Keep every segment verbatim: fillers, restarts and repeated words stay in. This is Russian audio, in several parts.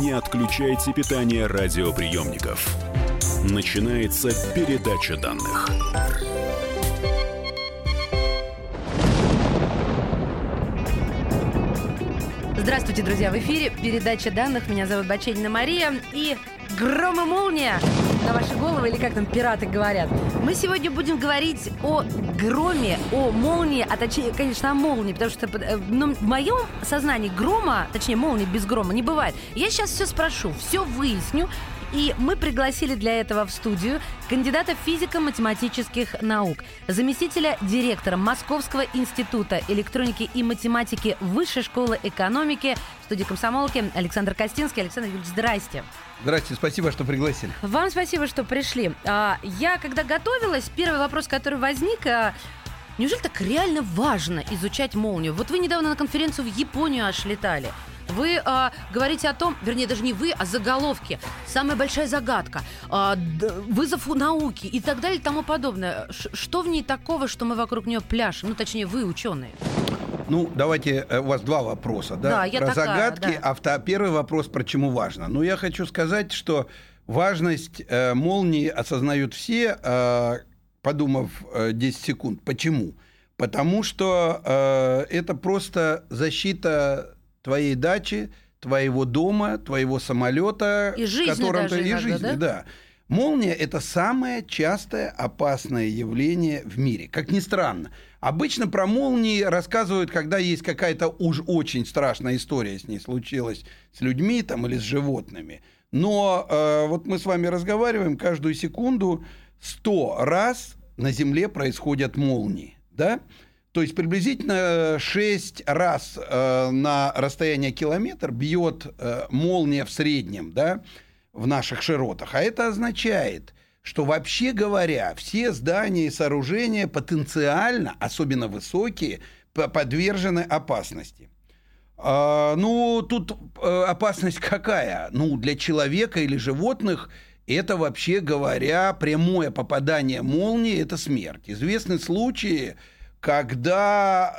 Не отключайте питание радиоприемников. Начинается передача данных. Здравствуйте, друзья! В эфире передача данных. Меня зовут Баченина Мария. И гром и молния на ваши головы, или как там пираты говорят. Мы сегодня будем говорить о громе, о молнии, а точнее, конечно, о молнии, потому что ну, в моем сознании грома, точнее, молнии без грома не бывает. Я сейчас все спрошу, все выясню. И мы пригласили для этого в студию кандидата физико-математических наук, заместителя директора Московского института электроники и математики Высшей школы экономики в студии комсомолки Александр Костинский. Александр Юрьевич, здрасте. Здрасте, спасибо, что пригласили. Вам спасибо, что пришли. Я, когда готовилась, первый вопрос, который возник... Неужели так реально важно изучать молнию? Вот вы недавно на конференцию в Японию аж летали. Вы э, говорите о том, вернее, даже не вы, а заголовки. Самая большая загадка, э, вызов у науки и так далее и тому подобное. Ш- что в ней такого, что мы вокруг нее пляшем? Ну, точнее, вы, ученые. Ну, давайте, у вас два вопроса, да? Да, я про такая, загадки, да. а втор- первый вопрос, про чему важно. Ну, я хочу сказать, что важность э, молнии осознают все, э, подумав э, десять секунд. Почему? Потому что э, это просто защита твоей дачи, твоего дома, твоего самолета, и жизни, в котором даже ты и иногда, жизни, да? да. Молния – это самое частое опасное явление в мире. Как ни странно. Обычно про молнии рассказывают, когда есть какая-то уж очень страшная история с ней случилась с людьми там, или с животными. Но э, вот мы с вами разговариваем, каждую секунду сто раз на Земле происходят молнии, да? То есть приблизительно шесть раз э, на расстояние километр бьет э, молния в среднем, да, в наших широтах. А это означает, что вообще говоря, все здания и сооружения потенциально, особенно высокие, подвержены опасности. Э, ну, тут э, опасность какая? Ну, для человека или животных это, вообще говоря, прямое попадание молнии – это смерть. Известны случаи, когда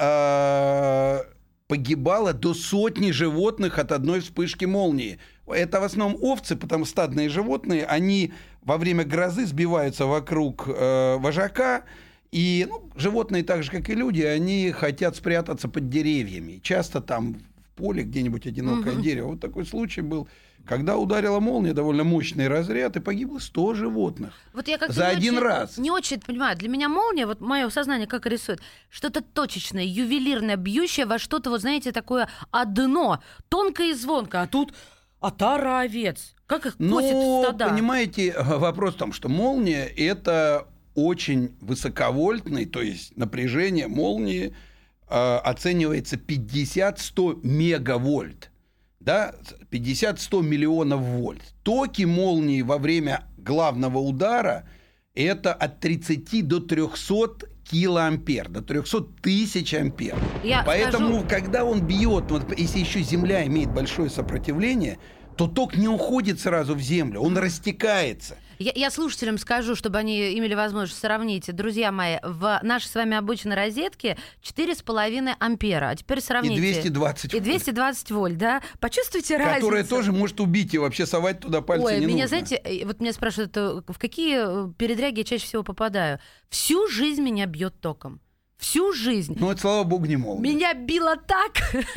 э, погибало до сотни животных от одной вспышки молнии. Это в основном овцы, потому что стадные животные, они во время грозы сбиваются вокруг э, вожака, и ну, животные, так же, как и люди, они хотят спрятаться под деревьями. Часто там в поле где-нибудь одинокое угу. дерево. Вот такой случай был, когда ударила молния, довольно мощный разряд, и погибло сто животных. Вот я как за один очень, раз. Не очень понимаю. Для меня молния, вот мое сознание как рисует, что-то точечное, ювелирное, бьющее во что-то, вот знаете, такое одно, тонкое и звонкое, а тут отара овец. Как их косит в стада? Ну, понимаете, вопрос в том, что молния – это очень высоковольтный, то есть напряжение молнии э, оценивается пятьдесят-сто мегавольт. Да, пятьдесят-сто миллионов вольт. Токи молнии во время главного удара – это от тридцати до трехсот килоампер, до трехсот тысяч ампер. Я Поэтому, скажу... когда он бьет, вот, если еще Земля имеет большое сопротивление, то ток не уходит сразу в Землю, он растекается. Я, я слушателям скажу, чтобы они имели возможность сравнить. Друзья мои, в нашей с вами обычной розетке четыре с половиной ампера. А теперь сравните. И двести двадцать вольт. И двести двадцать вольт, да? Почувствуйте разницу. Которая тоже может убить, и вообще совать туда пальцы Ой, не меня, нужно. знаете, вот меня спрашивают, в какие передряги я чаще всего попадаю. Всю жизнь меня бьет током. Всю жизнь. Ну, это, слава богу, не молния. Меня било так,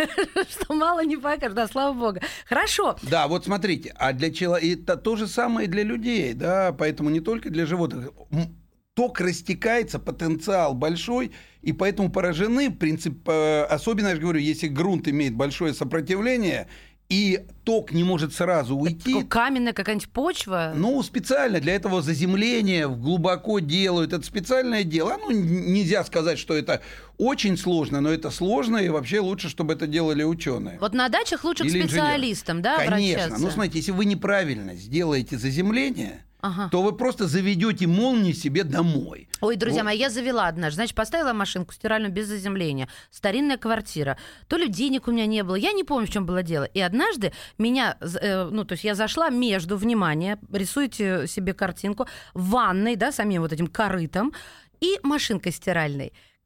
что мало не покажешь. Да, слава богу. Хорошо. Да, вот смотрите, а для человека это то же самое и для людей, да, поэтому не только для животных. Ток растекается, потенциал большой, и поэтому поражены, в принципе, особенно, я же говорю, если грунт имеет большое сопротивление, и ток не может сразу уйти. Это каменная какая-нибудь почва? Ну, специально для этого заземления глубоко делают. Это специальное дело. Ну, нельзя сказать, что это очень сложно, но это сложно, и вообще лучше, чтобы это делали ученые. Вот на дачах лучше или к специалистам, инженеры. Да, Конечно. обращаться? Ну, смотрите, если вы неправильно сделаете заземление, ага. то вы просто заведете молнию себе домой. Ой, друзья вот. мои, я завела однажды. Значит, поставила машинку стиральную без заземления. Старинная квартира. То ли денег у меня не было. Я не помню, в чем было дело. И однажды меня, э, ну, то есть я зашла между, внимание, рисуйте себе картинку, в ванной, да, самим вот этим корытом, и машинкой стиральной.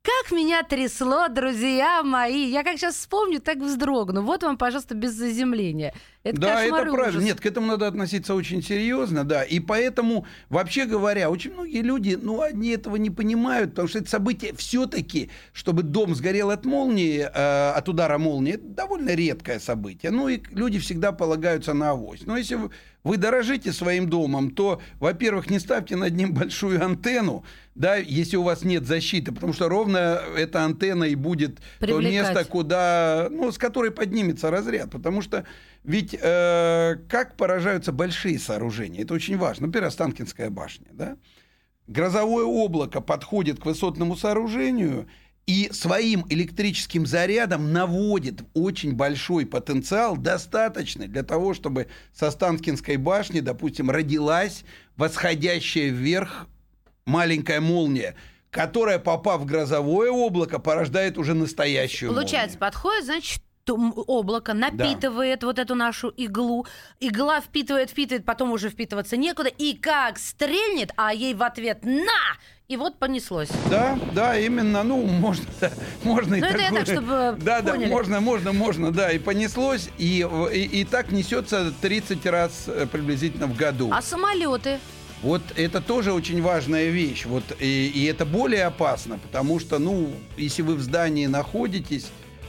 Как меня трясло, друзья мои. Я как сейчас вспомню, так вздрогну. Вот вам, пожалуйста, без заземления. Это да, кошмар это и правильно. ужас. Нет, к этому надо относиться очень серьезно, да. И поэтому, вообще говоря, очень многие люди, ну, они этого не понимают, потому что это событие все-таки, чтобы дом сгорел от молнии, э, от удара молнии, это довольно редкое событие. Ну, и люди всегда полагаются на авось. Но если вы, вы дорожите своим домом, то, во-первых, не ставьте над ним большую антенну, да, если у вас нет защиты, потому что ровно эта антенна и будет то место, куда, ну, с которой поднимется разряд. Потому что ведь э, как поражаются большие сооружения, это очень важно. Например, Останкинская башня, да? Грозовое облако подходит к высотному сооружению и своим электрическим зарядом наводит очень большой потенциал, достаточный для того, чтобы с Останкинской башни, допустим, родилась восходящая вверх маленькая молния, которая, попав в грозовое облако, порождает уже настоящую Получается, молнию. подходит, значит, облако напитывает да. вот эту нашу иглу. Игла впитывает, впитывает, потом уже впитываться некуда. И как стрельнет, а ей в ответ «на!» И вот понеслось. Да, да, именно, ну, можно, можно и ну, это такое. я так, чтобы Да, поняли. да, можно, можно, можно, да, и понеслось, и, и, и так несется тридцать раз приблизительно в году. А самолеты? Вот это тоже очень важная вещь, вот, и, и это более опасно, потому что, ну, если вы в здании находитесь,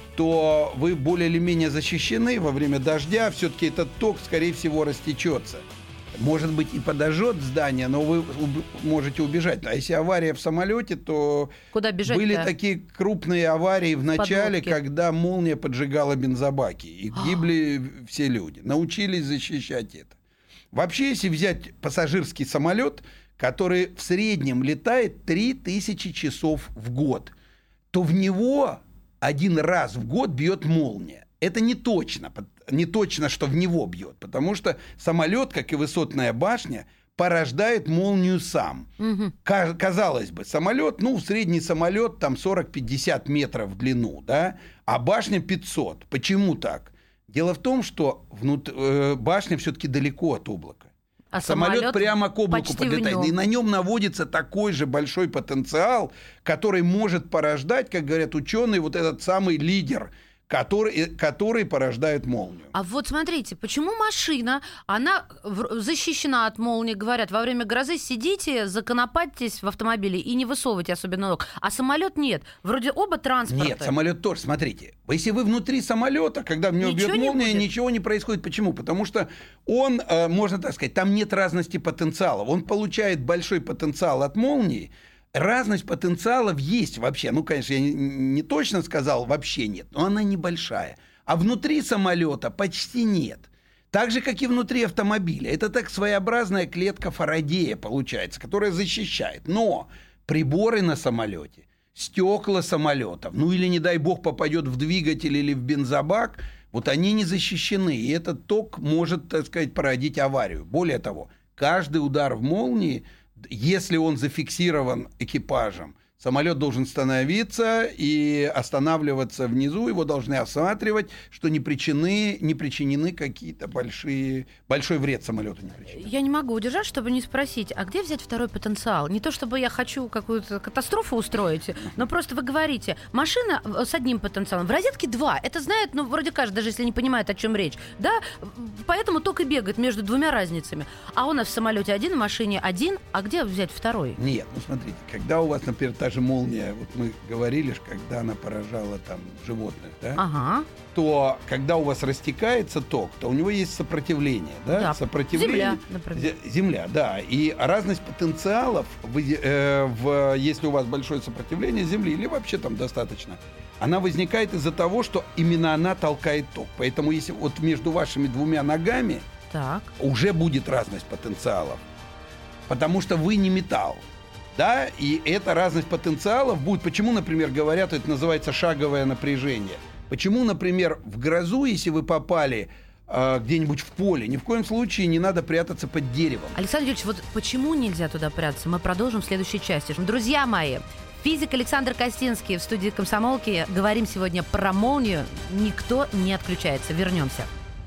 то вы более или менее защищены во время дождя, все-таки этот ток, скорее всего, растечется. Может быть, и подожжет здание, но вы можете убежать. А если авария в самолете, то куда бежать-то? Были такие крупные аварии в начале, Подлодки. Когда молния поджигала бензобаки, и гибли все люди. Научились защищать это. Вообще, если взять пассажирский самолет, который в среднем летает три тысячи часов в год, то в него один раз в год бьет молния. Это не точно, не точно, что в него бьет, потому что самолет, как и высотная башня, порождает молнию сам. Угу. Казалось бы, самолет, ну, средний самолет там сорок-пятьдесят метров в длину, да, а башня пятьсот. Почему так? Дело в том, что внут... башня все-таки далеко от облака. А самолет, самолет прямо к облаку подлетает. И на нем наводится такой же большой потенциал, который может порождать, как говорят ученые, вот этот самый лидер, который, который порождает молнию. А вот смотрите, почему машина, она защищена от молнии, говорят, во время грозы сидите, законопатьтесь в автомобиле и не высовывайте особенно ног, а самолет нет. Вроде оба транспорта. Нет, самолет тоже, смотрите, если вы внутри самолета, когда в него бьет молния, не ничего не происходит. Почему? Потому что он, можно так сказать, там нет разности потенциалов. Он получает большой потенциал от молнии. Разность потенциалов есть вообще. Ну, конечно, я не, не точно сказал, вообще нет, но она небольшая. А внутри самолета почти нет. Так же, как и внутри автомобиля. Это так своеобразная клетка Фарадея получается, которая защищает. Но приборы на самолете, стекла самолетов, ну или, не дай бог, попадет в двигатель или в бензобак, вот они не защищены. И этот ток может, так сказать, породить аварию. Более того, каждый удар в молнии, если он зафиксирован экипажем, самолет должен остановиться и останавливаться внизу, его должны осматривать, что не причинены, не причинены какие-то большие, большой вред самолету не причинен. Я не могу удержать, чтобы не спросить, а где взять второй потенциал? Не то, чтобы я хочу какую-то катастрофу устроить, но просто вы говорите, машина с одним потенциалом, в розетке два, это знает, ну, вроде каждый, даже если не понимает, о чем речь, да, поэтому ток и бегает между двумя разницами. А у нас в самолете один, в машине один, а где взять второй? Нет, ну смотрите, когда у вас, например, та же молния, вот мы говорили, когда она поражала там животных, да, ага. то когда у вас растекается ток, то у него есть сопротивление, да, да. сопротивление. Земля, например. Земля, да, и разность потенциалов, в, э, в, если у вас большое сопротивление Земли или вообще там достаточно, она возникает из-за того, что именно она толкает ток. Поэтому если вот между вашими двумя ногами так. уже будет разность потенциалов, потому что вы не металл. Да, и эта разность потенциалов будет. Почему, например, говорят, это называется шаговое напряжение? Почему, например, в грозу, если вы попали э, где-нибудь в поле, ни в коем случае не надо прятаться под деревом. Александр Юрьевич, вот почему нельзя туда прятаться? Мы продолжим в следующей части. Друзья мои, физик Александр Костинский в студии «Комсомолки». Говорим сегодня про молнию. Никто не отключается. Вернемся.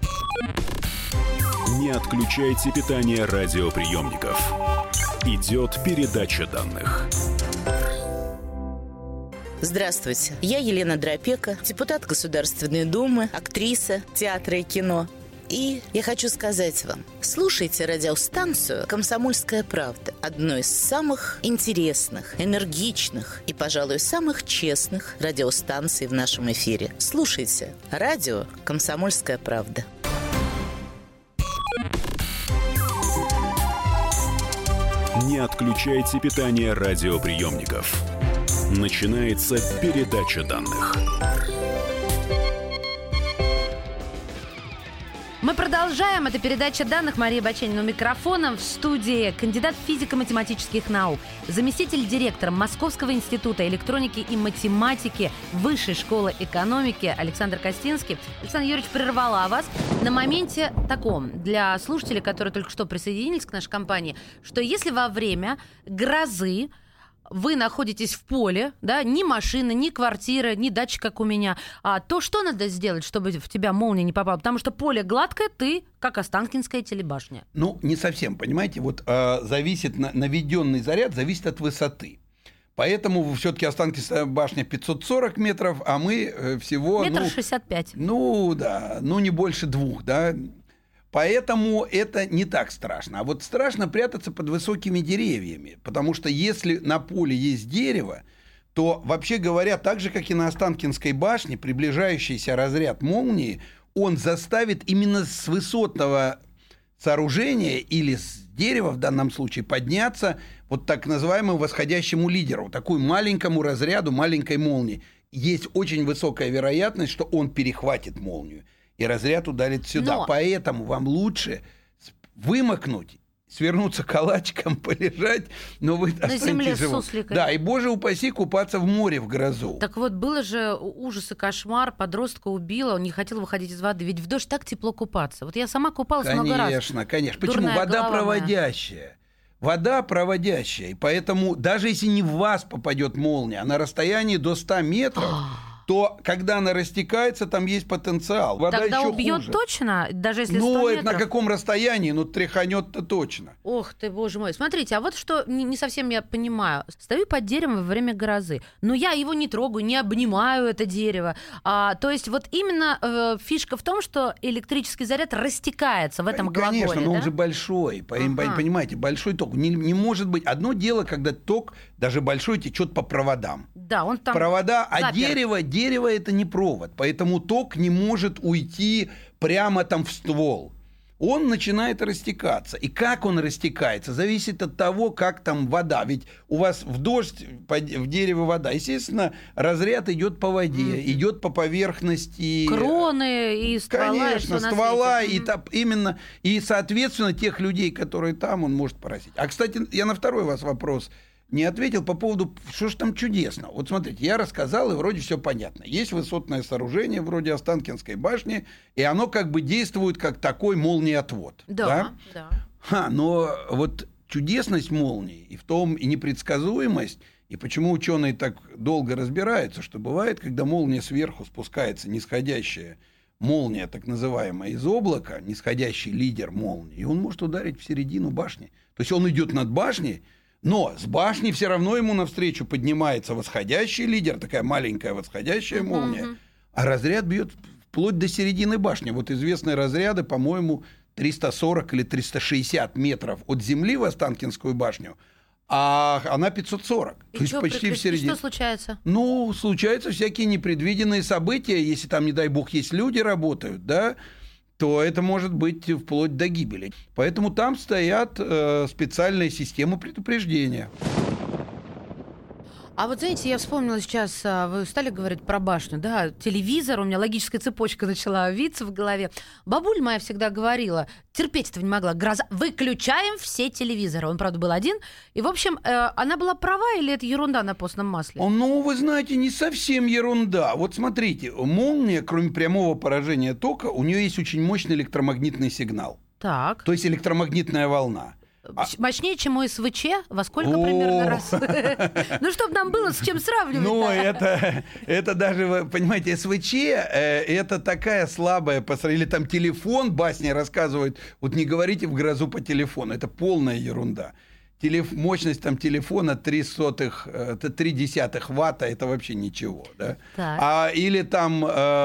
Не отключайте питание радиоприемников. Идет передача данных. Здравствуйте, я Елена Дропека, депутат Государственной Думы, актриса театра и кино. И я хочу сказать вам, слушайте радиостанцию «Комсомольская правда», одну из самых интересных, энергичных и, пожалуй, самых честных радиостанций в нашем эфире. Слушайте радио «Комсомольская правда». Не отключайте питание радиоприемников. Начинается передача данных. Мы продолжаем. Это передача данных. Мария Баченина у микрофона. В студии кандидат физико-математических наук, заместитель директора Московского института электроники и математики Высшей школы экономики Александр Костинский. Александр Юрьевич, прервала вас на моменте таком для слушателей, которые только что присоединились к нашей компании, что если во время грозы вы находитесь в поле, да, ни машина, ни квартира, ни дача, как у меня, а, то что надо сделать, чтобы в тебя молния не попала? Потому что поле гладкое, ты как Останкинская телебашня. Ну, не совсем, понимаете, вот э, зависит, на, наведенный заряд зависит от высоты. Поэтому все-таки Останкинская башня пятьсот сорок метров, а мы э, всего... Метр ну, шестьдесят пять. Ну, да, ну не больше двух, да. Поэтому это не так страшно. А вот страшно прятаться под высокими деревьями. Потому что если на поле есть дерево, то, вообще говоря, так же, как и на Останкинской башне, приближающийся разряд молнии, он заставит именно с высотного сооружения или с дерева, в данном случае, подняться вот так называемому восходящему лидеру, такому маленькому разряду, маленькой молнии. Есть очень высокая вероятность, что он перехватит молнию. И разряд ударит сюда. Но... Поэтому вам лучше вымокнуть, свернуться калачиком, полежать, но вы на земле с сусликой. Да, и, боже упаси, купаться в море в грозу. Так вот, было же ужас и кошмар, подростка убило, он не хотел выходить из воды. Ведь в дождь так тепло купаться. Вот я сама купалась конечно, много раз. Конечно, конечно. Почему? Дурная Вода проводящая. Вода проводящая. И поэтому даже если не в вас попадет молния, а на расстоянии до ста метров... то когда она растекается, там есть потенциал. Вода Тогда еще убьет хуже. Точно, даже если ну, сто это метров? на каком расстоянии? Ну, тряханет-то точно. Ох ты, боже мой. Смотрите, а вот что не, не совсем я понимаю. Стою под деревом во время грозы, но я его не трогаю, не обнимаю это дерево. А, то есть вот именно э, фишка в том, что электрический заряд растекается в этом глаголе. Конечно, но да? он же большой. Ага. Понимаете, большой ток. Не, не может быть. Одно дело, когда ток, даже большой, течет по проводам. Да, он там Провода, запер. а дерево, дерево это не провод, поэтому ток не может уйти прямо там в ствол. Он начинает растекаться. И как он растекается, зависит от того, как там вода. Ведь у вас в дождь, в дереве вода. Естественно, разряд идет по воде, mm-hmm. идет по поверхности. Кроны и ствола. Конечно, и ствола. И, mm-hmm. та, именно, и, соответственно, тех людей, которые там, он может поразить. А, кстати, я на второй вас вопрос не ответил по поводу, что же там чудесно. Вот смотрите, я рассказал, и вроде все понятно. Есть высотное сооружение, вроде Останкинской башни, и оно как бы действует как такой молниеотвод. Да, да. да. Ха, но вот чудесность молнии и в том и непредсказуемость, и почему ученые так долго разбираются, что бывает, когда молния сверху спускается, нисходящая молния, так называемая, из облака, нисходящий лидер молнии, и он может ударить в середину башни. То есть он идет над башней, но с башни все равно ему навстречу поднимается восходящий лидер, такая маленькая восходящая молния, uh-huh. а разряд бьет вплоть до середины башни. Вот известные разряды, по-моему, триста сорок или триста шестьдесят метров от земли в Останкинскую башню, а она пятьсот сорок. И то есть почти прикрыть? в середине. И что случается? Ну, случаются всякие непредвиденные события, если там, не дай бог, есть люди работают, да, то это может быть вплоть до гибели. Поэтому там стоят э, специальные системы предупреждения. А вот, знаете, я вспомнила сейчас, вы стали говорить про башню, да, телевизор, у меня логическая цепочка начала виться в голове. Бабуль моя всегда говорила, терпеть этого не могла, гроза, выключаем все телевизоры. Он, правда, был один. И, в общем, она была права или это ерунда на постном масле? Ну, вы знаете, не совсем ерунда. Вот смотрите, молния, кроме прямого поражения тока, у нее есть очень мощный электромагнитный сигнал. Так. То есть электромагнитная волна. Мощнее, чем у СВЧ? Во сколько примерно раз? Ну, чтобы нам было с чем сравнивать. Ну, это, это даже, вы понимаете, СВЧ э, это такая слабая посредством. Или там телефон, басня рассказывает, вот не говорите в грозу по телефону, это полная ерунда. телеф... мощность там телефона три сотых, три десятых ватта, это вообще ничего, да? А, или там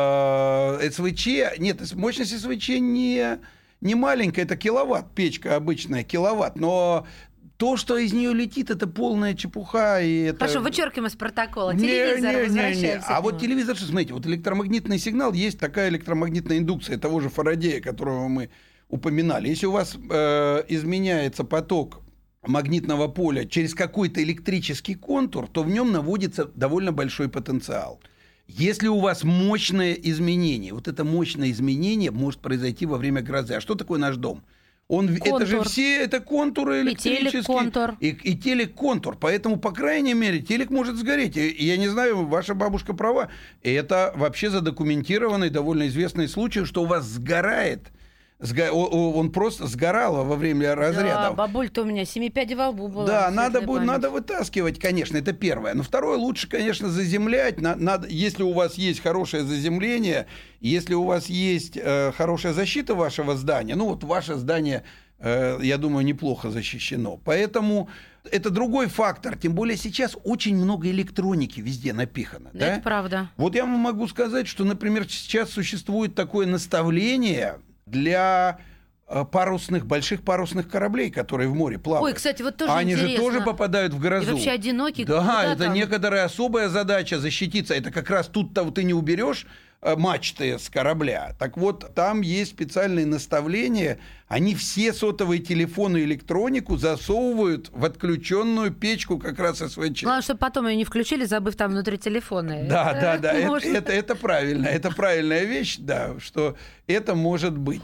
э, СВЧ, нет, мощность СВЧ не, не маленькая, это киловатт, печка обычная, киловатт, но... То, что из нее летит, это полная чепуха. И это... Хорошо, вычеркиваем из протокола. Телевизор, не, не, возвращаемся. Не, не. А вот телевизор, что, смотрите, вот электромагнитный сигнал, есть такая электромагнитная индукция того же Фарадея, которого мы упоминали. Если у вас э, изменяется поток магнитного поля через какой-то электрический контур, то в нем наводится довольно большой потенциал. Если у вас мощное изменение, вот это мощное изменение может произойти во время грозы. А что такое наш дом? Он, это же все это контуры электрические. И телек-контур. И, и телек-контур. Поэтому, по крайней мере, телек может сгореть. И, и я не знаю, ваша бабушка права. И это вообще задокументированный, довольно известный случай, что у вас сгорает. Сго... Он просто сгорал во время разряда. Да, бабуль-то у меня семи пядей во лбу была. Да, надо, будет, надо вытаскивать, конечно, это первое. Но второе, лучше, конечно, заземлять. Надо, если у вас есть хорошее заземление, если у вас есть э, хорошая защита вашего здания, ну вот ваше здание, э, я думаю, неплохо защищено. Поэтому это другой фактор. Тем более сейчас очень много электроники везде напихано. Да, да? Это правда. Вот я вам могу сказать, что, например, сейчас существует такое наставление для парусных, больших парусных кораблей, которые в море плавают. Ой, кстати, вот тоже Они интересно. же тоже попадают в грозу. И вообще одинокие. Да, это там? Некоторая особая задача защититься. Это как раз тут-то ты не уберешь мачты с корабля. Так вот, там есть специальные наставления. Они все сотовые телефоны и электронику засовывают в отключенную печку как раз СВЧ. Главное, чтобы потом ее не включили, забыв там внутри телефона. Да, это да, да. Это, это, это, это правильно. Это правильная вещь, да, что это может быть.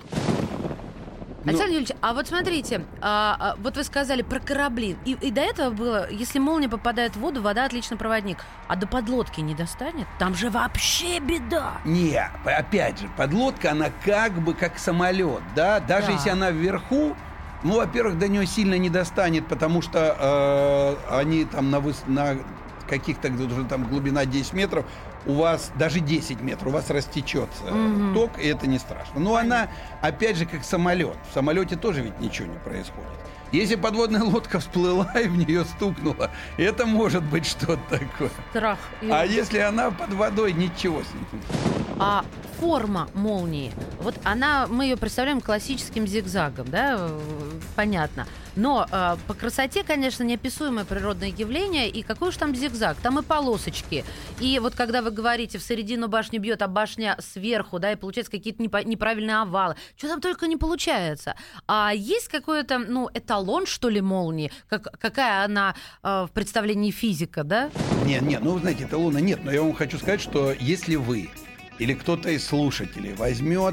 Александр Юрьевич, а вот смотрите, а, а, вот вы сказали про корабли. И, и до этого было, если молния попадает в воду, вода отлично проводник. А до подлодки не достанет? Там же вообще беда. Не, опять же, подлодка, она как бы как самолет, да? Даже да. Если она вверху, ну, во-первых, до нее сильно не достанет, потому что э, они там на, выс... на каких-то уже там глубина десять метров, у вас даже десять метров, у вас растечется mm-hmm. ток, и это не страшно. Но она, опять же, как самолет. В самолете тоже ведь ничего не происходит. Если подводная лодка всплыла и в нее стукнула, это может быть что-то такое. Страх. А если она под водой, ничего с ней не будет. А форма молнии, вот она, мы ее представляем классическим зигзагом, да, понятно. Но э, по красоте, конечно, неописуемое природное явление. И какой уж там зигзаг, там и полосочки. И вот когда вы говорите, в середину башни бьет, а башня сверху, да, и получается какие-то непо- неправильные овалы. Что там только не получается. А есть какой-то, ну, эталон, что ли, молнии? Как, какая она э, в представлении физика, да? Нет, нет, ну, знаете, эталона нет. Но я вам хочу сказать, что если вы или кто-то из слушателей возьмет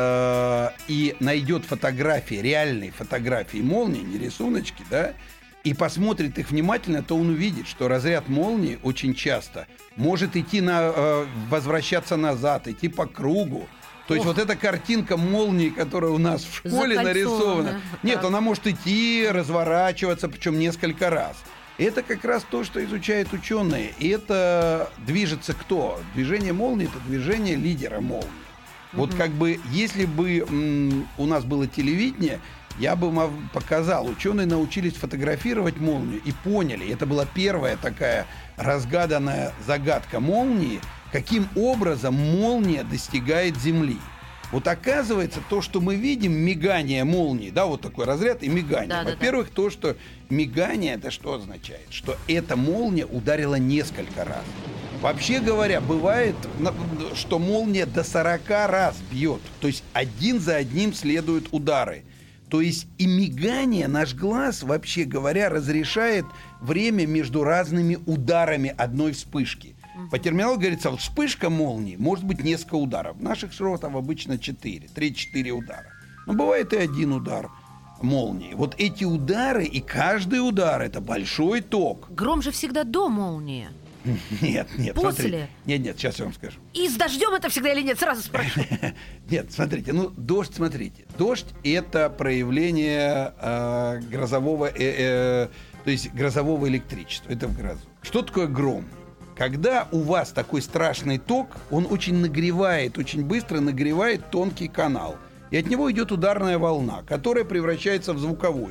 э, и найдет фотографии, реальные фотографии молнии, не рисуночки, да, и посмотрит их внимательно, то он увидит, что разряд молнии очень часто может идти на, э, возвращаться назад, идти по кругу. То есть Ох. Вот эта картинка молнии, которая у нас в школе нарисована, нет, да. Она может идти, разворачиваться, причем несколько раз. Это как раз то, что изучают ученые. И это движется кто? Движение молнии – это движение лидера молнии. Mm-hmm. Вот как бы, если бы м, у нас было телевидение, я бы вам показал. Ученые научились фотографировать молнию и поняли. Это была первая такая разгаданная загадка молнии, каким образом молния достигает Земли. Вот оказывается, то, что мы видим, мигание молнии, да, вот такой разряд и мигание. Да, Во-первых, да, да. то, что мигание, это что означает? Что эта молния ударила несколько раз. Вообще говоря, бывает, что молния до сорок раз бьет. То есть один за одним следуют удары. То есть и мигание, наш глаз, вообще говоря, разрешает время между разными ударами одной вспышки. По терминологии говорится, вот вспышка молнии может быть несколько ударов. В наших широтах обычно четыре, три-четыре удара. Но бывает и один удар молнии. Вот эти удары, и каждый удар – это большой ток. Гром же всегда до молнии. Нет, нет. После? Смотрите. Нет, нет, сейчас я вам скажу. И с дождем это всегда или нет? Сразу спрошу. Нет, смотрите, ну, дождь, смотрите. Дождь – это проявление э, грозового, э, э, то есть грозового электричества. Это в грозу. Что такое гром? Когда у вас такой страшный ток, он очень нагревает, очень быстро нагревает тонкий канал. И от него идет ударная волна, которая превращается в звуковую.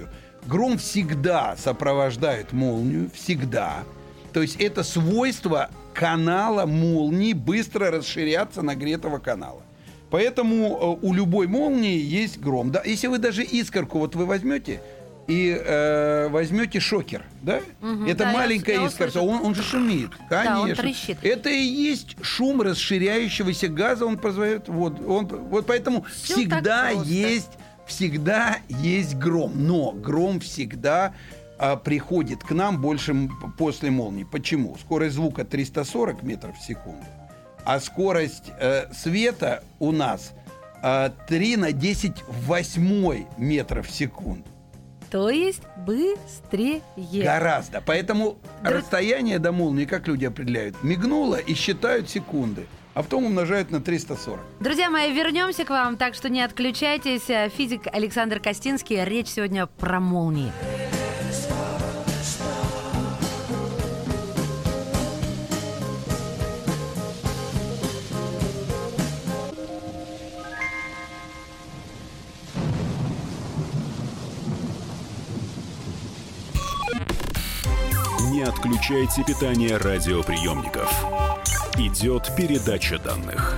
Гром всегда сопровождает молнию, всегда. То есть это свойство канала молнии быстро расширяться нагретого канала. Поэтому у любой молнии есть гром. Да, если вы даже искорку вот вы возьмете и э, возьмете шокер, да? Угу, это да, маленькая я, я искорка, он, он же шумит, конечно. Да, он трещит. Это и есть шум расширяющегося газа, он позволяет. Вот, он, вот поэтому Всё всегда так просто. есть, всегда есть гром, но гром всегда а, приходит к нам больше м- после молнии. Почему? Скорость звука триста сорок метров в секунду. А скорость э, света у нас э, три на десять в восьмой метров в секунду. То есть быстрее. Гораздо. Поэтому Друз- расстояние до молнии, как люди определяют, мигнуло и считают секунды, а потом умножают на триста сорок. Друзья мои, вернемся к вам, так что не отключайтесь. Физик Александр Костинский. Речь сегодня про молнии. Не отключайте питание радиоприемников. Идет передача данных.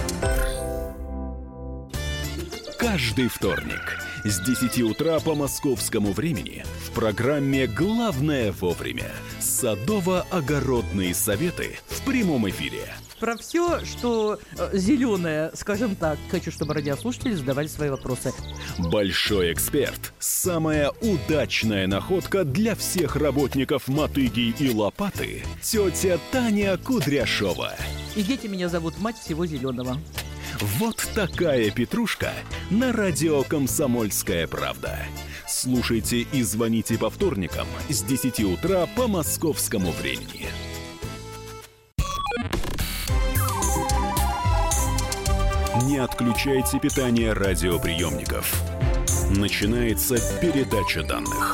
Каждый вторник с десяти утра по московскому времени в программе «Главное вовремя» садово-огородные советы в прямом эфире. Про все, что э, зеленое, скажем так. Хочу, чтобы радиослушатели задавали свои вопросы. Большой эксперт. Самая удачная находка для всех работников мотыги и лопаты. Тетя Таня Кудряшова. И дети меня зовут мать всего зеленого. Вот такая петрушка на радио «Комсомольская правда». Слушайте и звоните по вторникам с десяти утра по московскому времени. Не отключайте питание радиоприемников. Начинается передача данных.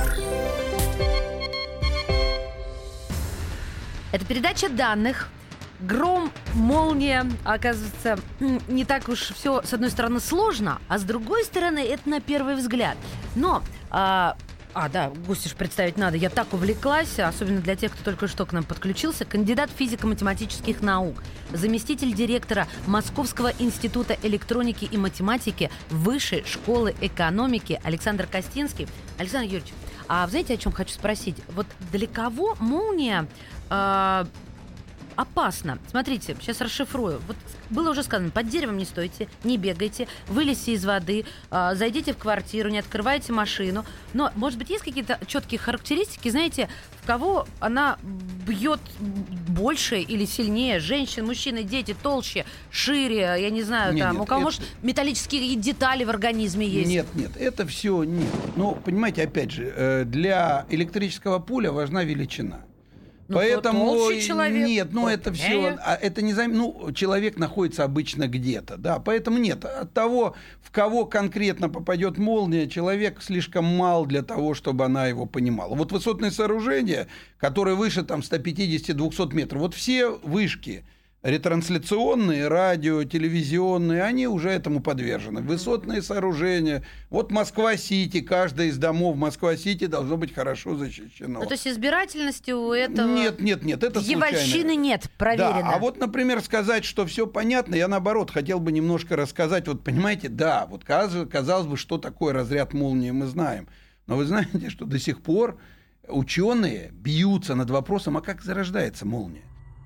Это передача данных. Гром, молния, оказывается, не так уж все, с одной стороны, сложно, а с другой стороны, это на первый взгляд. Но, а, а да, гостя ж представить надо, я так увлеклась, особенно для тех, кто только что к нам подключился, кандидат физико-математических наук, заместитель директора Московского института электроники и математики Высшей школы экономики Александр Костинский. Александр Юрьевич, а вы знаете, о чем хочу спросить? Вот для кого молния... А, опасно. Смотрите, сейчас расшифрую. Вот было уже сказано, под деревом не стойте, не бегайте, вылезьте из воды, э, зайдите в квартиру, не открывайте машину. Но, может быть, есть какие-то четкие характеристики, знаете, в кого она бьет больше или сильнее? Женщин, мужчины, дети, толще, шире, я не знаю, Нет, там, нет, у кого, это... может, металлические детали в организме есть? Нет, нет, это все нет. Но, понимаете, опять же, для электрического поля важна величина. Ну, поэтому толще человек, нет, ну это все, а это не займ... ну человек находится обычно где-то, да, поэтому нет, от того, в кого конкретно попадет молния, человек слишком мал для того, чтобы она его понимала. Вот высотные сооружения, которые выше там сто пятьдесят - двести метров, вот все вышки ретрансляционные, радио, телевизионные, они уже этому подвержены. Высотные сооружения. Вот Москва-Сити, каждое из домов Москва-Сити должно быть хорошо защищено. Ну, то есть избирательности у этого... Нет, нет, нет, это случайно. Дьявольщины нет, проверено. Да, а вот, например, сказать, что все понятно, я, наоборот, хотел бы немножко рассказать. Вот, понимаете, да, вот казалось бы, что такое разряд молнии, мы знаем. Но вы знаете, что до сих пор ученые бьются над вопросом, а как зарождается молния?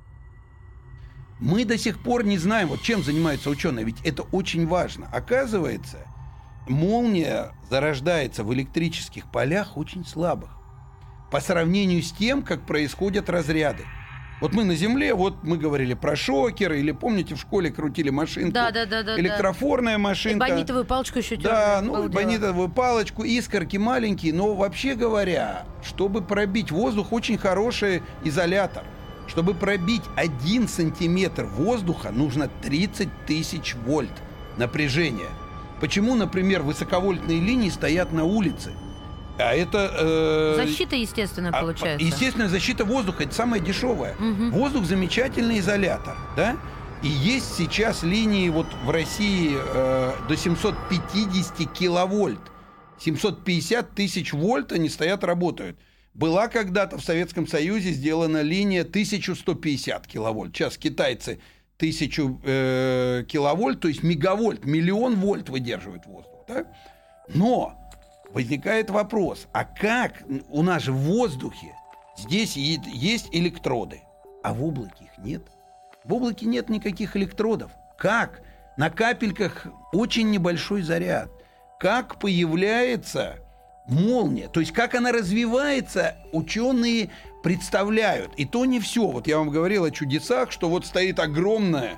Мы до сих пор не знаем, вот чем занимаются ученые, ведь это очень важно. Оказывается, молния зарождается в электрических полях очень слабых по сравнению с тем, как происходят разряды. Вот мы на Земле, вот мы говорили про шокер, или помните, в школе крутили машинку, да, да, да, да, электрофорная машинка. И бонитовую палочку еще Да, тёрнули, ну, бонитовую палочку, искорки маленькие, но вообще говоря, чтобы пробить воздух, очень хороший изолятор. Чтобы пробить один сантиметр воздуха, нужно тридцать тысяч вольт напряжения. Почему, например, высоковольтные линии стоят на улице? А это... Э, защита, естественно, получается. Естественно, защита воздуха – это самое дешевое. Угу. Воздух – замечательный изолятор, да? И есть сейчас линии вот в России э, до семьсот пятьдесят киловольт. семьсот пятьдесят тысяч вольт, они стоят, работают. Была когда-то в Советском Союзе сделана линия тысяча сто пятьдесят киловольт. Сейчас китайцы тысячу э, киловольт, то есть мегавольт, миллион вольт выдерживают воздух. Да? Но возникает вопрос, а как у нас же в воздухе здесь есть электроды, а в облаке их нет? В облаке нет никаких электродов. Как? На капельках очень небольшой заряд. Как появляется молния, то есть как она развивается, ученые представляют. И то не все. Вот я вам говорил о чудесах, что вот стоит огромная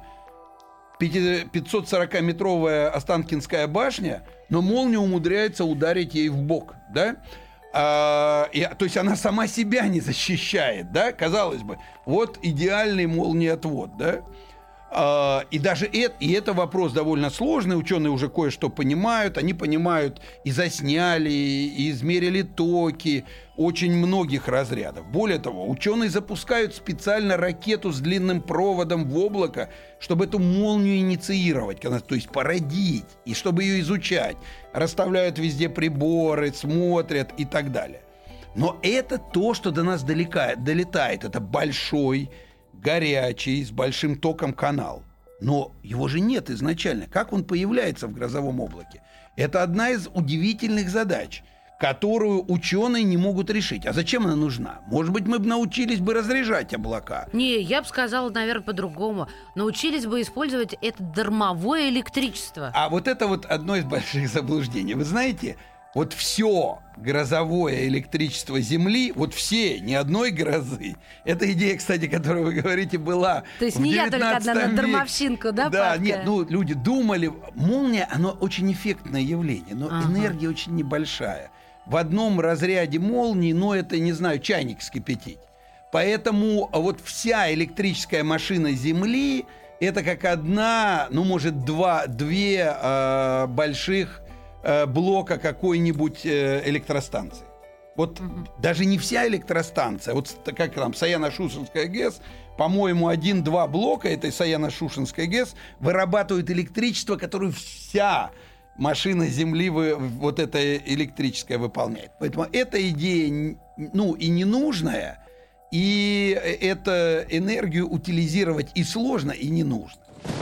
пятисотсорокаметровая Останкинская башня, но молния умудряется ударить ей в бок, да? А, и, то есть она сама себя не защищает, да? Казалось бы, вот идеальный молниеотвод, да? Uh, и даже это, и это вопрос довольно сложный, ученые уже кое-что понимают, они понимают и засняли, и измерили токи очень многих разрядов. Более того, ученые запускают специально ракету с длинным проводом в облако, чтобы эту молнию инициировать, то есть породить, и чтобы ее изучать. Расставляют везде приборы, смотрят и так далее. Но это то, что до нас далека, долетает, это большой, горячий, с большим током канал. Но его же нет изначально. Как он появляется в грозовом облаке? Это одна из удивительных задач, которую ученые не могут решить. А зачем она нужна? Может быть, мы бы научились бы разряжать облака? Не, я бы сказала, наверное, по-другому. Научились бы использовать это дармовое электричество. А вот это вот одно из больших заблуждений. Вы знаете, вот все грозовое электричество Земли, вот все, ни одной грозы. Эта идея, кстати, которую вы говорите, была То есть не я только одна на дармовщинку, да, Да, Павка? нет, ну, люди думали, молния, оно очень эффектное явление, но ага. энергия очень небольшая. В одном разряде молнии, ну, это, не знаю, чайник вскипятить. Поэтому вот вся электрическая машина Земли, это как одна, ну, может, два, две э, больших блока какой-нибудь электростанции. Вот угу. даже не вся электростанция, вот как там Саяно-Шушенская ГЭС, по-моему, один-два блока этой Саяно-Шушенской ГЭС вырабатывают электричество, которое вся машина Земли вы, вот это электрическое выполняет. Поэтому эта идея, ну, и ненужная, и эту энергию утилизировать и сложно, и не нужно.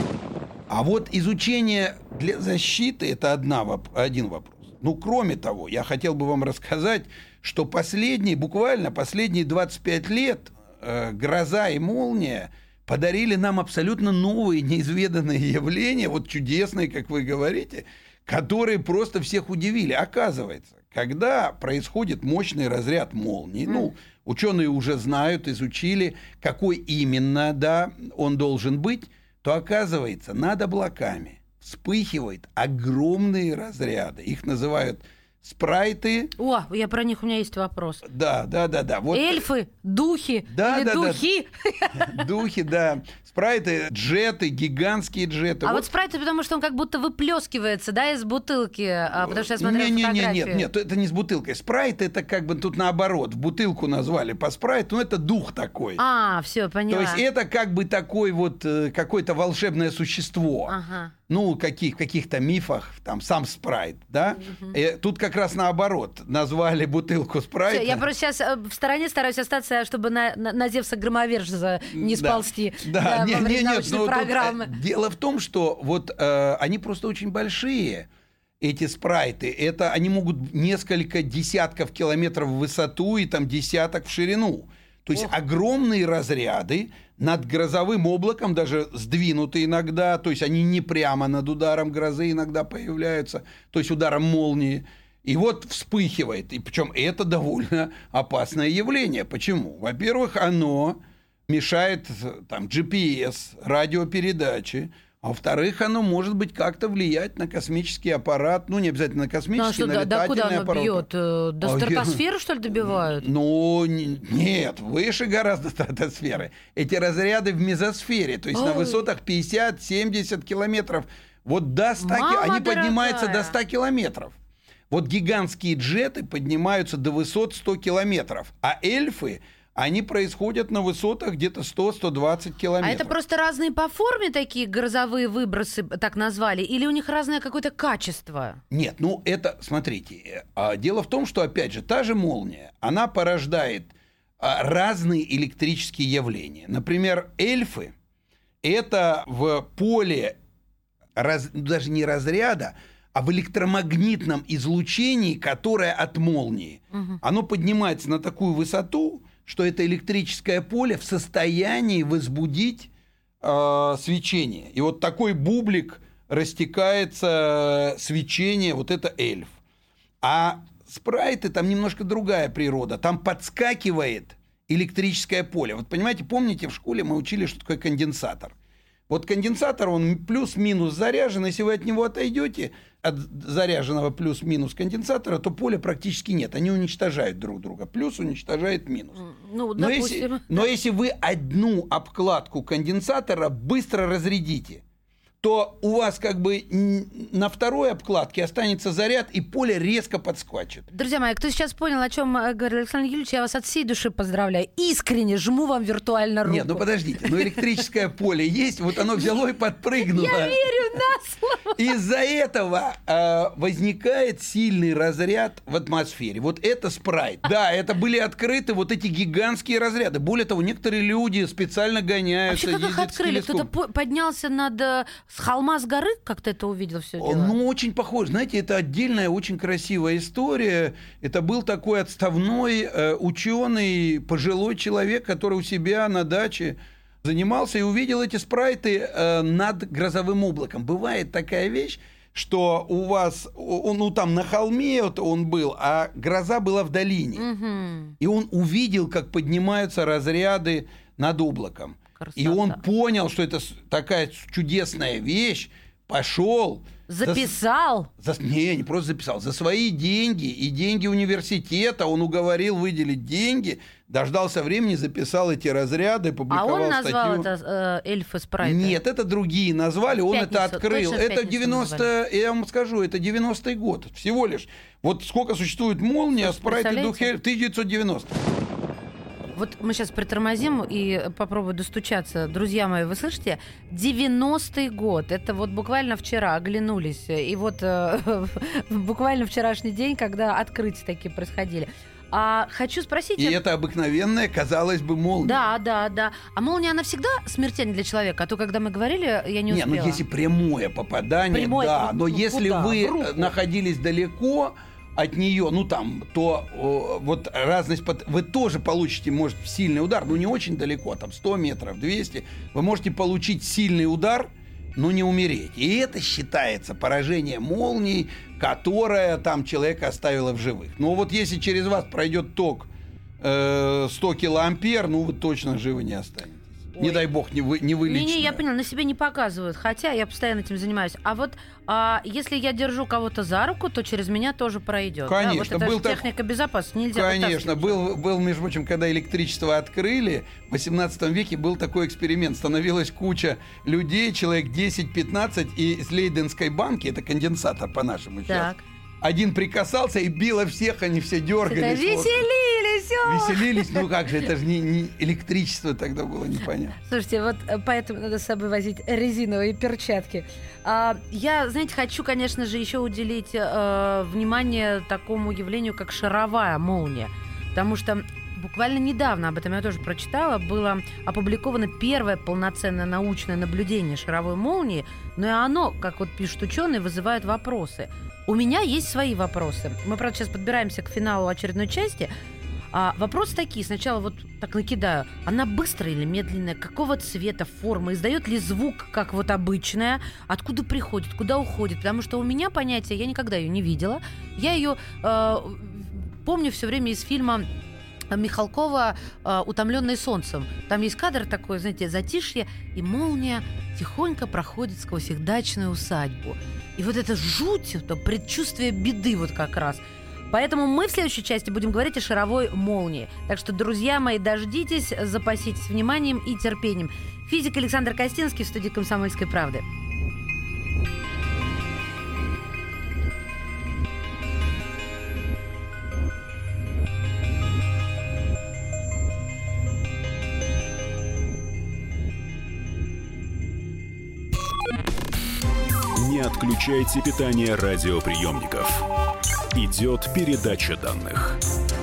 А вот изучение для защиты – это одна, один вопрос. Ну, кроме того, я хотел бы вам рассказать, что последние, буквально последние двадцать пять лет э, гроза и молния подарили нам абсолютно новые, неизведанные явления, вот чудесные, как вы говорите, которые просто всех удивили. Оказывается, когда происходит мощный разряд молнии, mm. ну, ученые уже знают, изучили, какой именно, да, он должен быть, то, оказывается, над облаками вспыхивают огромные разряды. Их называют спрайты. О, я про них, у меня есть вопрос. Да, да, да, да. Вот. Эльфы, духи да, или да, духи? Да. Духи, да. Спрайты, джеты, гигантские джеты. А вот, вот спрайты, потому что он как будто выплескивается, да, из бутылки, потому что я смотрела не, не, фотографию. Нет, нет, нет, это не с бутылкой. Спрайт это как бы тут наоборот. В бутылку назвали по спрайту, но это дух такой. А, все, поняла. То есть это как бы такой вот какое-то волшебное существо. Ага. Ну, каких, в каких-то мифах, там, сам спрайт, да? Угу. И тут как раз наоборот. Назвали бутылку спрайта. Всё, я просто сейчас в стороне стараюсь остаться, чтобы на, на, на Зевса-громовержца не сползти. Да, Да, не, во время не, нет, научной но программы. Тут, дело в том, что вот э, они просто очень большие, эти спрайты. Это они могут несколько десятков километров в высоту и там десяток в ширину. То есть Ох. огромные разряды над грозовым облаком, даже сдвинуты иногда, то есть они не прямо над ударом грозы иногда появляются, то есть ударом молнии. И вот вспыхивает. И причем это довольно опасное явление. Почему? Во-первых, оно мешает там, джи пи эс, радиопередачи. А во-вторых, оно может быть как-то влиять на космический аппарат. Ну, не обязательно на космический, ну, а что, на да, летательный да, куда аппарат. оно бьет? До а стратосферы, я... что ли, добивают? Ну, нет, выше гораздо стратосферы. Эти разряды в мезосфере, то есть Ой. на высотах пятьдесят-семьдесят километров. Вот до ста Мама они дорогая. поднимаются до ста километров. Вот гигантские джеты поднимаются до высот сто километров. А эльфы, они происходят на высотах где-то сто - сто двадцать километров. А это просто разные по форме такие грозовые выбросы, так назвали? Или у них разное какое-то качество? Нет, ну это, смотрите, дело в том, что, опять же, та же молния, она порождает разные электрические явления. Например, эльфы – это в поле раз, даже не разряда, а в электромагнитном излучении, которое от молнии. Угу. Оно поднимается на такую высоту, что это электрическое поле в состоянии возбудить э, свечение. И вот такой бублик растекается, свечение, вот это эльф. А спрайты, там немножко другая природа. Там подскакивает электрическое поле. Вот понимаете, помните, в школе мы учили, что такое конденсатор. Вот конденсатор, он плюс-минус заряжен. Если вы от него отойдете, от заряженного плюс-минус конденсатора, то поля практически нет. Они уничтожают друг друга. Плюс уничтожает минус. Ну, но, если, но если вы одну обкладку конденсатора быстро разрядите, то у вас как бы на второй обкладке останется заряд, и поле резко подскочит. Друзья мои, кто сейчас понял, о чем говорил Александр Юрьевич, я вас от всей души поздравляю. Искренне жму вам виртуально руку. Нет, ну подождите, но электрическое поле есть, вот оно взяло и подпрыгнуло. Я верю на слово. Из-за этого э, возникает сильный разряд в атмосфере. Вот это спрайт. Да, это были открыты вот эти гигантские разряды. Более того, некоторые люди специально гоняются. Вообще, как их открыли? Кто-то поднялся над... С холма, с горы, как ты это увидел все дело? Ну, очень похоже. Знаете, это отдельная, очень красивая история. Это был такой отставной э, ученый, пожилой человек, который у себя на даче занимался и увидел эти спрайты э, над грозовым облаком. Бывает такая вещь, что у вас, он, ну там на холме вот он был, а гроза была в долине. Угу. И он увидел, как поднимаются разряды над облаком. Красота. И он понял, что это такая чудесная вещь, пошел. Записал? За, за, не, не просто записал. За свои деньги и деньги университета он уговорил выделить деньги, дождался времени, записал эти разряды, публиковал статью. А он назвал статью. это э, эльфы спрайты? Нет, это другие назвали, он пятницу, это открыл. Это девяносто, я вам скажу, это девяностый год всего лишь. Вот сколько существует молния, спрайты духи, тысяча девятьсот девяностый. Вот мы сейчас притормозим и попробую достучаться. Друзья мои, вы слышите? девяностый год. Это вот буквально вчера оглянулись. И вот э, буквально вчерашний день, когда открытия такие происходили. А хочу спросить... И это обыкновенная, казалось бы, молния. Да, да, да. А молния, она всегда смертельна для человека? А то, когда мы говорили, я не успела. Нет, ну если прямое попадание, прямое, да. ну, Но ну, если куда? вы находились далеко от нее, ну там, то о, вот разность, под... вы тоже получите, может, сильный удар, но не очень далеко, там сто метров, двести, вы можете получить сильный удар, но не умереть. И это считается поражение молнией, которое там человека оставило в живых. Но вот если через вас пройдет ток э, сто килоампер, ну вы точно живы не останетесь. Ой. Не дай бог, не вы, не вы лично. Не-не, я поняла, на себе не показывают, хотя я постоянно этим занимаюсь. А вот а, если я держу кого-то за руку, то через меня тоже пройдет. Конечно. Да? Вот это был же так... техника безопасности, нельзя Конечно, был, был, между прочим, когда электричество открыли, в восемнадцатом веке был такой эксперимент. Становилась куча людей, человек десять-пятнадцать, и из Лейденской банки, это конденсатор по-нашему сейчас, один прикасался и било всех, они все дергались. Веселились! Вот. Веселились, ну как же, это же не, не электричество тогда было, непонятно. Слушайте, вот поэтому надо с собой возить резиновые перчатки. А, я, знаете, хочу, конечно же, еще уделить э, внимание такому явлению, как шаровая молния. Потому что буквально недавно, об этом я тоже прочитала, было опубликовано первое полноценное научное наблюдение шаровой молнии, но и оно, как вот пишут ученые, вызывает вопросы. У меня есть свои вопросы. Мы, правда, сейчас подбираемся к финалу очередной части. А вопросы такие. Сначала вот так накидаю. Она быстрая или медленная? Какого цвета, формы? Издает ли звук, как вот обычная? Откуда приходит? Куда уходит? Потому что у меня понятие, я никогда ее не видела. Я ее э, помню все время из фильма Михалкова «Утомленные солнцем». Там есть кадр такой, знаете, затишье, и молния тихонько проходит сквозь их дачную усадьбу. И вот это жуть, это предчувствие беды вот как раз. Поэтому мы в следующей части будем говорить о шаровой молнии. Так что, друзья мои, дождитесь, запаситесь вниманием и терпением. Физик Александр Костинский в студии «Комсомольской правды». отключайте питание радиоприемников. Идет передача данных.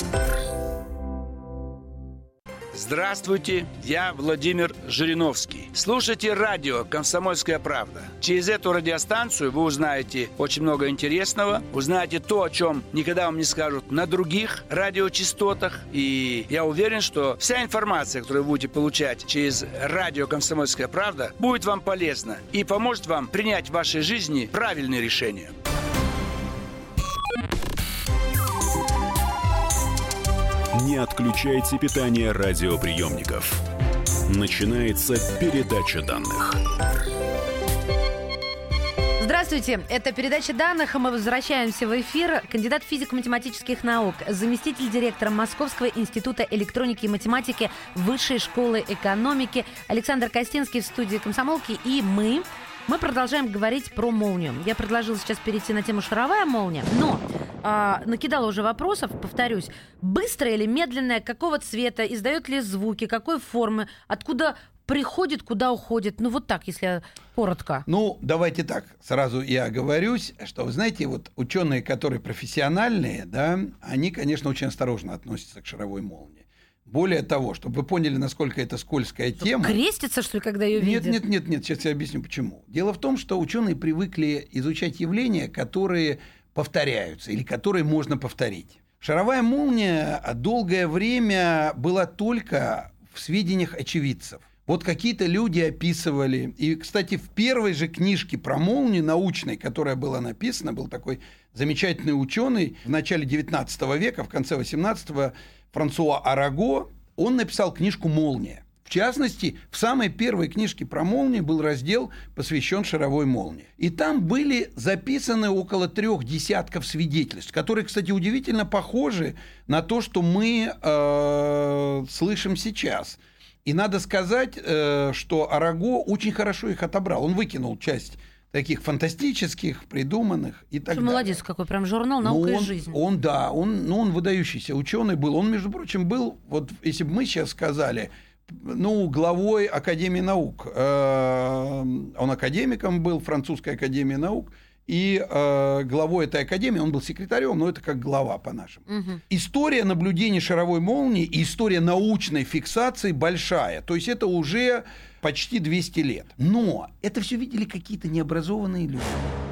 Здравствуйте, я Владимир Жириновский. Слушайте радио «Комсомольская правда». Через эту радиостанцию вы узнаете очень много интересного, узнаете то, о чем никогда вам не скажут на других радиочастотах. И я уверен, что вся информация, которую вы будете получать через радио «Комсомольская правда», будет вам полезна и поможет вам принять в вашей жизни правильные решения. Не отключайте питание радиоприемников. Начинается передача данных. Здравствуйте, это передача данных, мы возвращаемся в эфир. Кандидат физико-математических наук, заместитель директора Московского института электроники и математики Высшей школы экономики Александр Костинский в студии «Комсомолки». И мы... Мы продолжаем говорить про молнию. Я предложила сейчас перейти на тему шаровая молния, но э, накидала уже вопросов, повторюсь. Быстрая или медленная, какого цвета, издает ли звуки, какой формы, откуда приходит, куда уходит? Ну вот так, если коротко. Ну, давайте так, сразу я оговорюсь, что, вы знаете, вот ученые, которые профессиональные, да, они, конечно, очень осторожно относятся к шаровой молнии. Более того, чтобы вы поняли, насколько это скользкая тема... Крестится, что ли, когда ее нет, видят? Нет, нет, нет, сейчас я объясню, почему. Дело в том, что ученые привыкли изучать явления, которые повторяются или которые можно повторить. Шаровая молния долгое время была только в сведениях очевидцев. Вот какие-то люди описывали. И, кстати, в первой же книжке про молнию научной, которая была написана, был такой замечательный ученый в начале девятнадцатого века, в конце восемнадцатого, Франсуа Араго, он написал книжку «Молния». В частности, в самой первой книжке про молнию был раздел, посвящен шаровой молнии. И там были записаны около трех десятков свидетельств, которые, кстати, удивительно похожи на то, что мы э, слышим сейчас. И надо сказать, э, что Араго очень хорошо их отобрал. Он выкинул часть таких фантастических, придуманных и так Что далее. молодец какой, прям журнал «Наука он, и жизнь». Он, да, он, ну, он выдающийся ученый был. Он, между прочим, был, вот если бы мы сейчас сказали, ну, главой Академии наук. Он академиком был, Французской академии наук. И э, главой этой академии, он был секретарем, но это как глава по-нашему. Угу. История наблюдений шаровой молнии и история научной фиксации большая. То есть это уже почти двести лет. Но это все видели какие-то необразованные люди.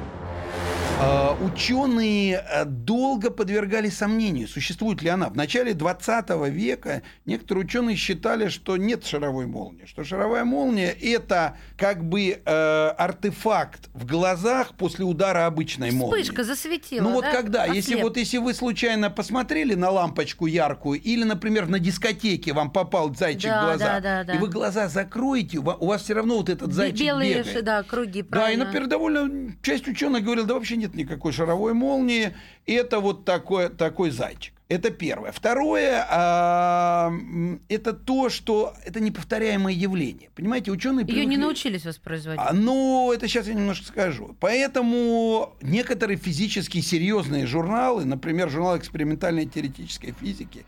Э, ученые долго подвергали сомнению, существует ли она. В начале двадцатого века некоторые ученые считали, что нет шаровой молнии, что шаровая молния – это как бы э, артефакт в глазах после удара обычной молнии. Вспышка засветила, Ну вот да? когда, Ослеп. если, вот, если вы случайно посмотрели на лампочку яркую или, например, на дискотеке вам попал зайчик да, в глаза, да, да, да. и вы глаза закроете, у вас все равно вот этот зайчик Белые, бегает. да, круги, Да, правильно. и, например, довольно часть ученых говорила, да вообще нет никакой шаровой молнии, это вот такой, такой зайчик. Это первое. Второе, а, это то, что это неповторяемое явление. Понимаете, ученые... Ее привыкли... не научились воспроизводить. А, ну, это сейчас я немножко скажу. Поэтому некоторые физические серьезные журналы, например, журнал экспериментальной теоретической физики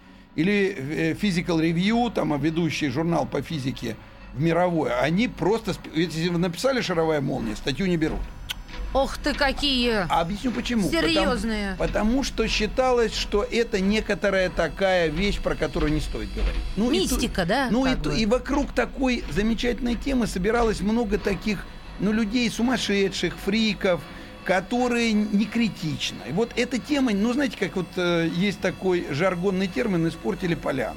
или Physical Review, там, ведущий журнал по физике в мировой, они просто... Если вы написали «шаровая молния», статью не берут. Ох ты, какие! А объясню почему. Серьезные. Потому, потому что считалось, что это некоторая такая вещь, про которую не стоит говорить. Ну, Мистика, и, да? Ну и, бы. и вокруг такой замечательной темы собиралось много таких, ну, людей сумасшедших, фриков, которые не критичны. И вот эта тема, ну, знаете, как вот э, есть такой жаргонный термин «испортили поляну».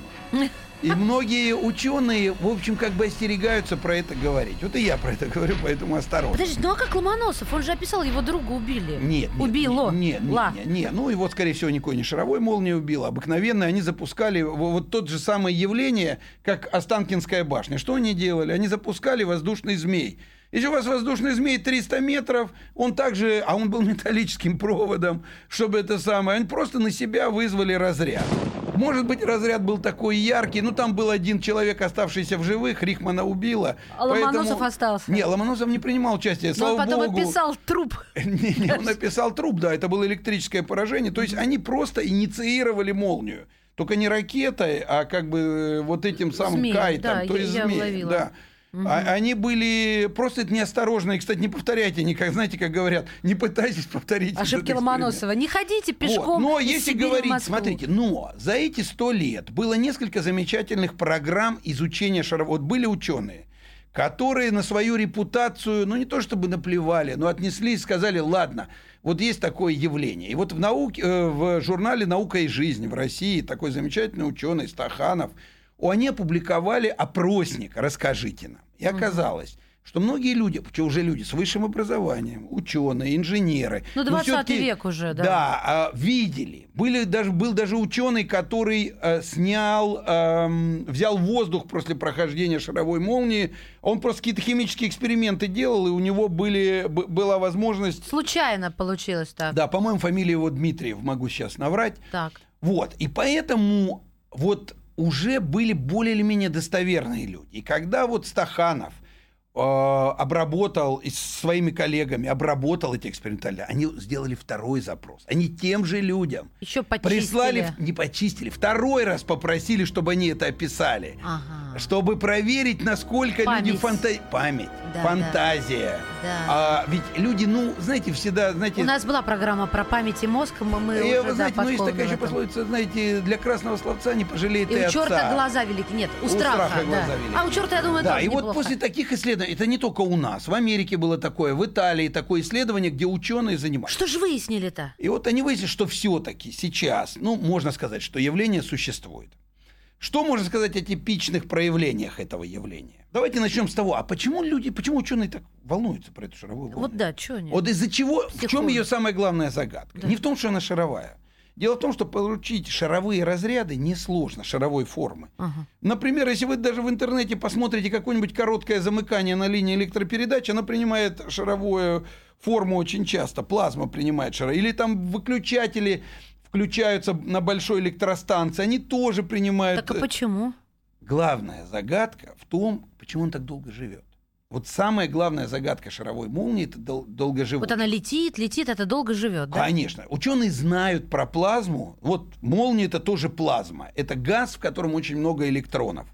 И многие ученые, в общем, как бы остерегаются про это говорить. Вот и я про это говорю, поэтому осторожно. Подожди, ну а как Ломоносов? Он же описал, его друга убили. Нет, нет. Убило. Нет, нет, Ла. нет, нет. Ну, его, скорее всего, никакой не шаровой молнией убило. Обыкновенно они запускали вот тот же самое явление, как Останкинская башня. Что они делали? Они запускали воздушный змей. Если у вас воздушный змей триста метров, он также, а он был металлическим проводом, чтобы это самое, они просто на себя вызвали разряд. Может быть, разряд был такой яркий, но там был один человек, оставшийся в живых, Рихмана убило. А Ломоносов остался? Не, Ломоносов не принимал участия, слава Но он потом богу. описал труп. Не, не, он написал труп, да, это было электрическое поражение. То есть они просто инициировали молнию. Только не ракетой, а как бы вот этим самым Змеем, кайтом, да, то есть я змеем. уловила. Да. Угу. А, они были просто неосторожные. Кстати, не повторяйте никак, знаете, как говорят, не пытайтесь повторить. Ошибки Ломоносова. Не ходите пешком. Вот. Но из если Сибири говорить, в Москву. смотрите, но за эти сто лет было несколько замечательных программ изучения шаровой. Вот были ученые, которые на свою репутацию, ну не то чтобы наплевали, но отнеслись и сказали, ладно, вот есть такое явление. И вот в, науке, в журнале «Наука и жизнь» в России такой замечательный ученый Стаханов, они опубликовали опросник «Расскажите нам». И оказалось, что многие люди, причем уже люди с высшим образованием, ученые, инженеры... Ну, двадцатый век уже, да. Да, видели. Были, даже, был даже ученый, который э, снял, э, взял воздух после прохождения шаровой молнии. Он просто какие-то химические эксперименты делал, и у него были, б, была возможность... Случайно получилось так. Да, по-моему, фамилия его Дмитриев, могу сейчас наврать. Так. Вот, и поэтому вот уже были более или менее достоверные люди. И когда вот Стаханов обработал и со своими коллегами обработал эти экспериментальные, они сделали второй запрос. Они тем же людям еще почистили. Прислали, не почистили, второй раз попросили, чтобы они это описали. Ага. Чтобы проверить, насколько Память. люди фанта... Память, да, фантазия. Да. А, ведь люди, ну, знаете, всегда, знаете... У нас была программа про память и мозг, мы, мы и, уже, вы знаете, да, ну, есть такая еще этом. пословица, знаете, для красного словца не пожалеет и и у отца. черта глаза велики. Нет, у, у страха, страха глаза да. велики. А у черта, я думаю, да, тоже и неплохо. вот после таких исследований, это не только у нас, в Америке было такое, в Италии такое исследование, где ученые занимались. Что же выяснили-то? И вот они выяснили, что все-таки сейчас, ну, можно сказать, что явление существует. Что можно сказать о типичных проявлениях этого явления? Давайте начнем с того, а почему люди, почему ученые так волнуются про эту шаровую волну? Вот да, что они? Вот из-за чего, Все в чем ходят. ее самая главная загадка? Да. Не в том, что она шаровая. Дело в том, что получить шаровые разряды несложно, шаровой формы. Ага. Например, если вы даже в интернете посмотрите какое-нибудь короткое замыкание на линии электропередач, она принимает шаровую форму очень часто, плазма принимает шаровую. Или там выключатели включаются на большой электростанции, они тоже принимают... Так а почему? Главная загадка в том, почему он так долго живет. Вот самая главная загадка шаровой молнии – это дол- долгоживучесть. Вот она летит, летит, это долго живет, да? Конечно. Ученые знают про плазму. Вот молния – это тоже плазма. Это газ, в котором очень много электронов.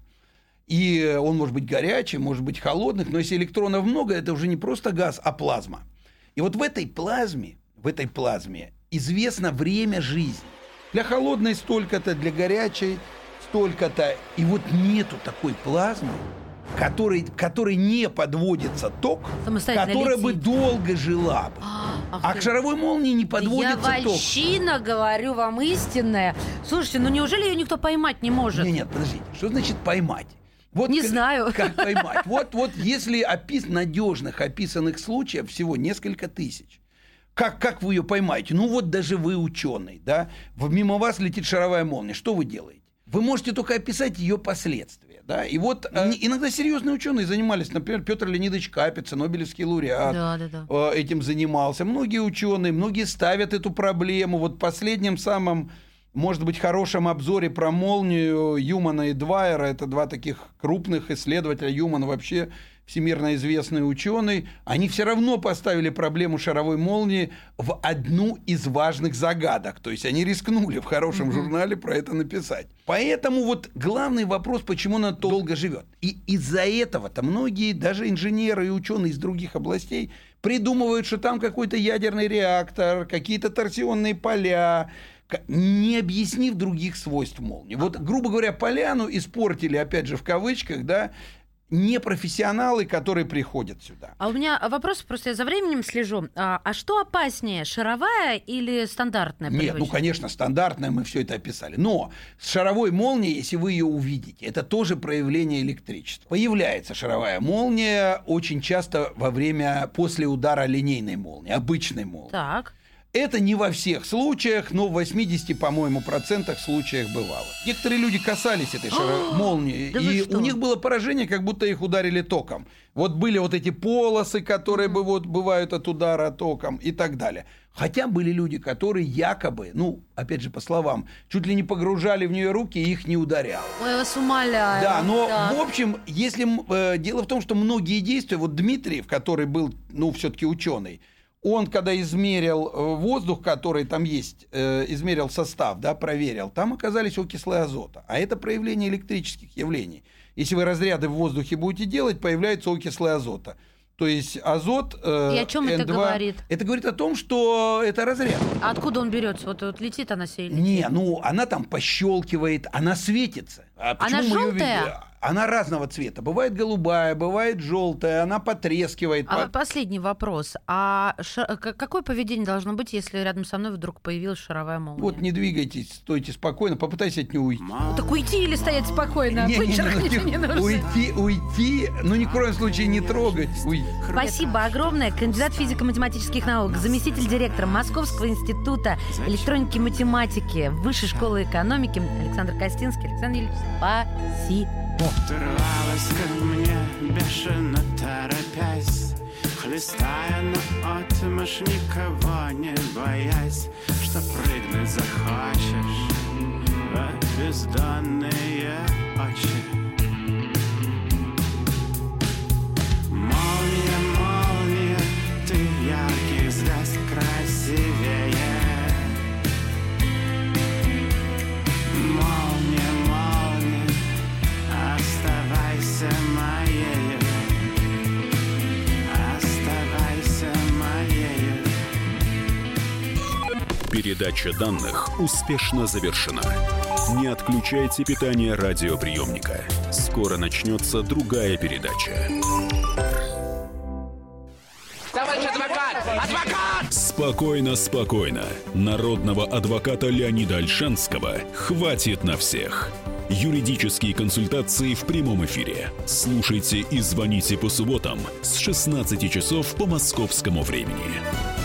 И он может быть горячий, может быть холодных, но если электронов много, это уже не просто газ, а плазма. И вот в этой плазме, в этой плазме известно время жизни. Для холодной столько-то, для горячей столько-то. И вот нету такой плазмы, который, который не подводится ток, которая летит. бы долго жила бы. Ах А ты. к шаровой молнии не подводится Я ток. вольщина, говорю вам истинная. Слушайте, ну неужели ее никто поймать не может? Нет, нет, подождите. Что значит поймать? Вот Не как, знаю. Как поймать? Вот, вот если опис, надежных описанных случаев всего несколько тысяч. Как, как вы ее поймаете? Ну вот даже вы ученый, да? Мимо вас летит шаровая молния. Что вы делаете? Вы можете только описать ее последствия. Да? И вот э, иногда серьезные ученые занимались, например, Петр Леонидович Капица, Нобелевский лауреат, Да, да, да. э, этим занимался. Многие ученые, многие ставят эту проблему. Вот в последнем самом, может быть, хорошем обзоре про молнию Юмана и Двайера, это два таких крупных исследователя, Юман вообще всемирно известный ученый, они все равно поставили проблему шаровой молнии в одну из важных загадок. То есть они рискнули в хорошем mm-hmm. журнале про это написать. Поэтому вот главный вопрос, почему она долго живет. И из-за этого-то многие, даже инженеры и ученые из других областей, придумывают, что там какой-то ядерный реактор, какие-то торсионные поля, не объяснив других свойств молнии. Вот, грубо говоря, поляну испортили, опять же, в кавычках, да, непрофессионалы, которые приходят сюда. А у меня вопрос, просто я за временем слежу. А, а что опаснее, шаровая или стандартная? Нет, привычная? ну, конечно, стандартная, мы все это описали. Но с шаровой молнией, если вы ее увидите, это тоже проявление электричества. Появляется шаровая молния очень часто во время, после удара линейной молнии, обычной молнии. Так. Это не во всех случаях, но в восьмидесяти, по-моему, процентах случаях бывало. Некоторые люди касались этой шаровой молнии, да и у них было поражение, как будто их ударили током. Вот были вот эти полосы, которые бы, вот, бывают от удара током и так далее. Хотя были люди, которые якобы, ну, опять же, по словам, чуть ли не погружали в нее руки и их не ударяло. Ой, я вас умоляю. Да, но так. в общем, если э, дело в том, что многие действия, вот Дмитриев, который был, ну, все-таки ученый, он, когда измерил воздух, который там есть, э, измерил состав, да, проверил, там оказались окислы азота. А это проявление электрических явлений. Если вы разряды в воздухе будете делать, появляются окислы азота. То есть азот... Э, И о чем это эн два, говорит? Это говорит о том, что это разряд. А откуда он берется? Вот, вот летит она себе? Не, ну она там пощелкивает, она светится. А она почему мы её желтая? видим? Она разного цвета. Бывает голубая, бывает желтая, она потрескивает. А по- последний вопрос. А ша- к- какое поведение должно быть, если рядом со мной вдруг появилась шаровая молния? Вот не двигайтесь, стойте спокойно, попытайтесь от нее уйти. Ну, так уйти или стоять спокойно? Не, не, не, Вычеркните, ну, не нужно. уйти, уйти, ну ни в коем случае не трогать. Уйти. Спасибо огромное. Кандидат физико-математических наук, заместитель директора Московского института электроники и математики Высшей школы экономики Александр Костинский. Александр Ильич, спасибо. Ты рвалась ко мне, бешено торопясь, хлестая на отмашь, никого не боясь, что прыгнуть захочешь в бездонные очи. Молния, молния, ты в ярких звезд красивее. Молния, молния, оставайся моею, оставайся моею. Передача данных успешно завершена. Не отключайте питание радиоприемника. Скоро начнется другая передача. Товарищ адвокат! Адвокат! Спокойно, спокойно. Народного адвоката Леонида Ольшанского хватит на всех. Юридические консультации в прямом эфире. Слушайте и звоните по субботам с шестнадцати часов по московскому времени.